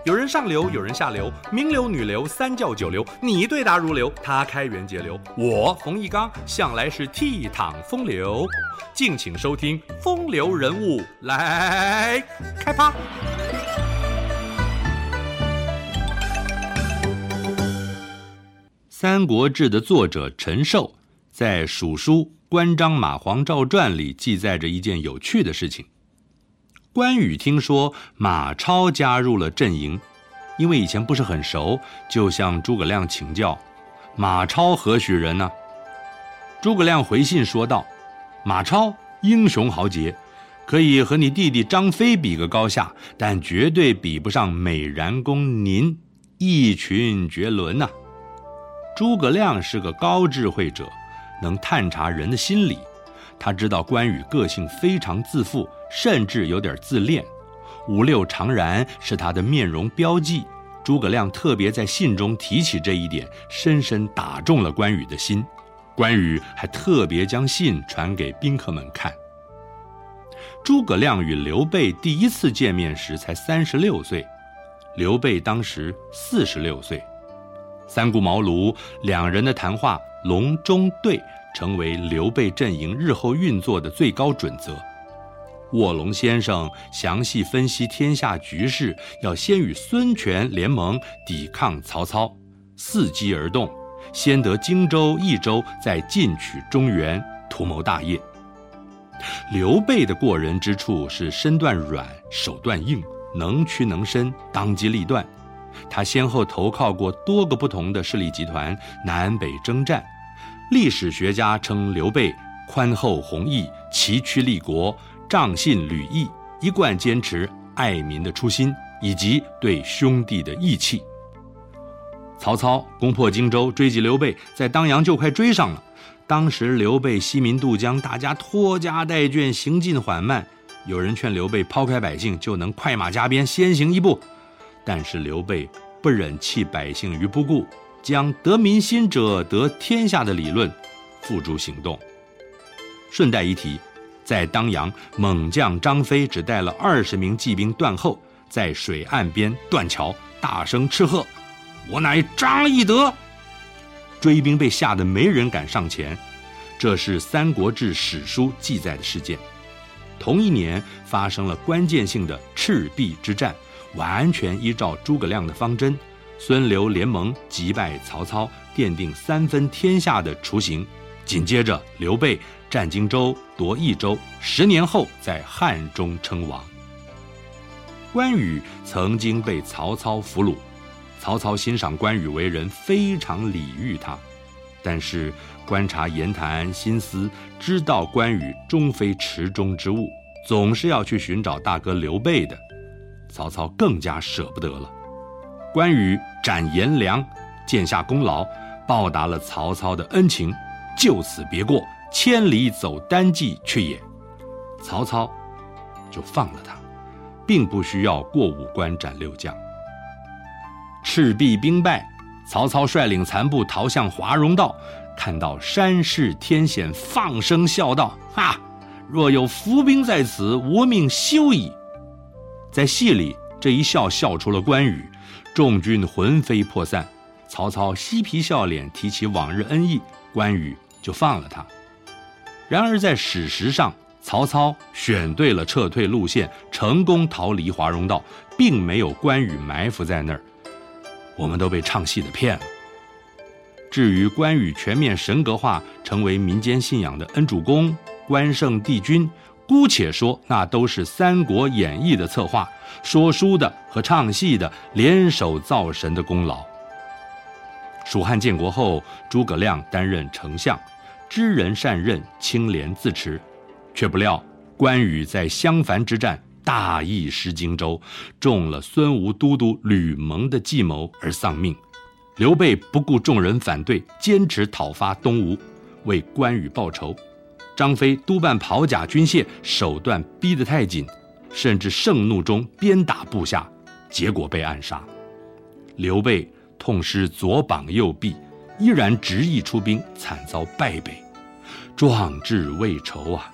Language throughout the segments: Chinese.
有人上流，有人下流，名流、女流、三教九流，你对答如流，他开源节流。我冯翊纲向来是倜傥风流，敬请收听《风流人物》来开趴。《三国志》的作者陈寿在《蜀书关张马黄赵传》里记载着一件有趣的事情。关羽听说马超加入了阵营，因为以前不是很熟，就向诸葛亮请教：马超何许人呢？诸葛亮回信说道：马超英雄豪杰，可以和你弟弟张飞比个高下，但绝对比不上美髯公您，一群绝伦呐。诸葛亮是个高智慧者，能探察人的心理。他知道关羽个性非常自负，甚至有点自恋，五六常然是他的面容标记。诸葛亮特别在信中提起这一点，深深打中了关羽的心。关羽还特别将信传给宾客们看。诸葛亮与刘备第一次见面时才36岁，刘备当时46岁。三顾茅庐，两人的谈话隆中对，成为刘备阵营日后运作的最高准则。卧龙先生详细分析天下局势，要先与孙权联盟抵抗曹操，伺机而动，先得荆州、益州，再进取中原，图谋大业。刘备的过人之处是身段软，手段硬，能屈能伸，当机立断。他先后投靠过多个不同的势力集团，南北征战。历史学家称刘备宽厚弘毅，崎岖立国，仗信履义，一贯坚持爱民的初心以及对兄弟的义气。曹操攻破荆州，追击刘备，在当阳就快追上了。当时刘备西民渡江，大家拖家带眷，行进缓慢。有人劝刘备抛开百姓，就能快马加鞭，先行一步。但是刘备不忍弃百姓于不顾，将得民心者得天下的理论付诸行动。顺带一提，在当阳，猛将张飞只带了20名骑兵断后，在水岸边断桥，大声斥喝：我乃张翼德！追兵被吓得没人敢上前。这是《三国志》史书记载的事件。同一年发生了关键性的赤壁之战，完全依照诸葛亮的方针，孙刘联盟击败曹操，奠定3分天下的雏形。紧接着刘备占荆州，夺益州，10年后在汉中称王。关羽曾经被曹操俘虏，曹操欣赏关羽为人，非常礼遇他，但是观察言谈心思，知道关羽终非池中之物，总是要去寻找大哥刘备的。曹操更加舍不得了。关羽斩颜良，建下功劳，报答了曹操的恩情，就此别过，千里走单骑去也。曹操就放了他，并不需要过5关斩6将。赤壁兵败，曹操率领残部逃向华容道，看到山势天险，放声笑道：哈，若有伏兵在此，我命休矣。在戏里，这一笑笑出了关羽，众军魂飞魄散。曹操嬉皮笑脸，提起往日恩义，关羽就放了他。然而在史实上，曹操选对了撤退路线，成功逃离华容道，并没有关羽埋伏在那儿。我们都被唱戏的骗了。至于关羽全面神格化，成为民间信仰的恩主公、关圣帝君，姑且说那都是《三国演义》的策划，说书的和唱戏的联手造神的功劳。蜀汉建国后，诸葛亮担任丞相，知人善任，清廉自持，却不料关羽在襄樊之战大意失荆州，中了孙吴都督吕蒙的计谋而丧命。刘备不顾众人反对，坚持讨伐东吴，为关羽报仇。张飞督办跑甲军械，手段逼得太紧，甚至盛怒中鞭打部下，结果被暗杀。刘备痛失左膀右臂，依然执意出兵，惨遭败北。壮志未酬啊！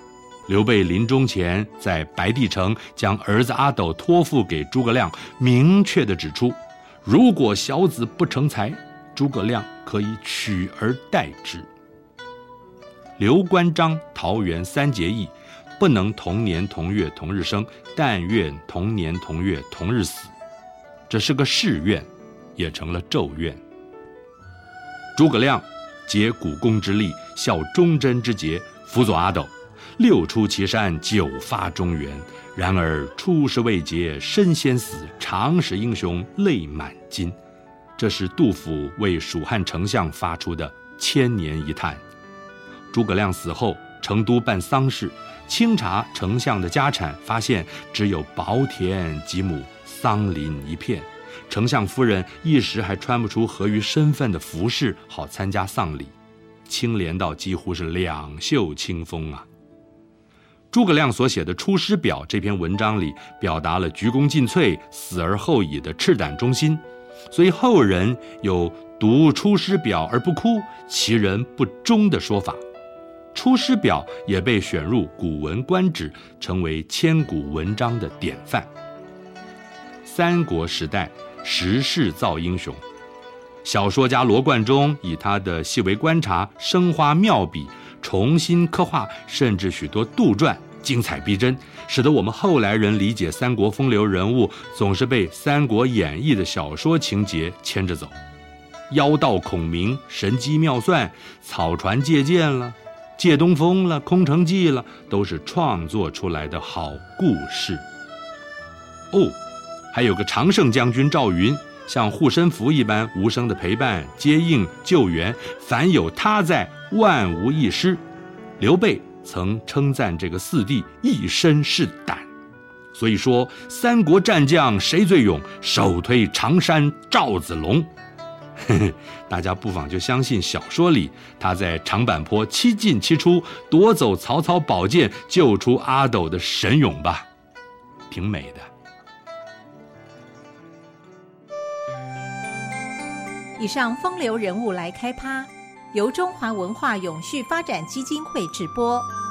刘备临终前在白帝城将儿子阿斗托付给诸葛亮，明确地指出，如果小子不成才，诸葛亮可以取而代之。刘关张桃园三结义，不能同年同月同日生，但愿同年同月同日死。这是个誓愿，也成了咒怨。诸葛亮竭股肱之力，效忠贞之节，辅佐阿斗，六出祁山，九发中原。然而出师未捷身先死，长使英雄泪满襟。这是杜甫为蜀汉丞相发出的千年一叹。诸葛亮死后，成都办丧事，清查丞相的家产，发现只有薄田几亩，桑林一片。丞相夫人一时还穿不出合于身份的服饰，好参加丧礼，清廉到几乎是两袖清风啊。诸葛亮所写的《出师表》这篇文章里，表达了鞠躬尽瘁、死而后已的赤胆忠心，所以后人有读《出师表》而不哭，其人不忠的说法。《出师表》也被选入《古文观止》，成为千古文章的典范。三国时代，时势造英雄。小说家罗贯中以他的细微观察、生花妙笔，重新刻画甚至许多杜撰，精彩逼真，使得我们后来人理解三国风流人物，总是被《三国演义》的小说情节牵着走。妖道孔明、神机妙算、草船借箭了、借东风了、空城计了，都是创作出来的好故事。还有个常胜将军赵云，像护身符一般无声的陪伴、接应、救援，凡有他在，万无一失。刘备曾称赞这个四弟一身是胆，所以说三国战将谁最勇？首推常山赵子龙。大家不妨就相信小说里他在长坂坡七进七出，夺走曹操宝剑，救出阿斗的神勇吧，挺美的。 以上风流人物来开趴，由中华文化永续发展基金会直播。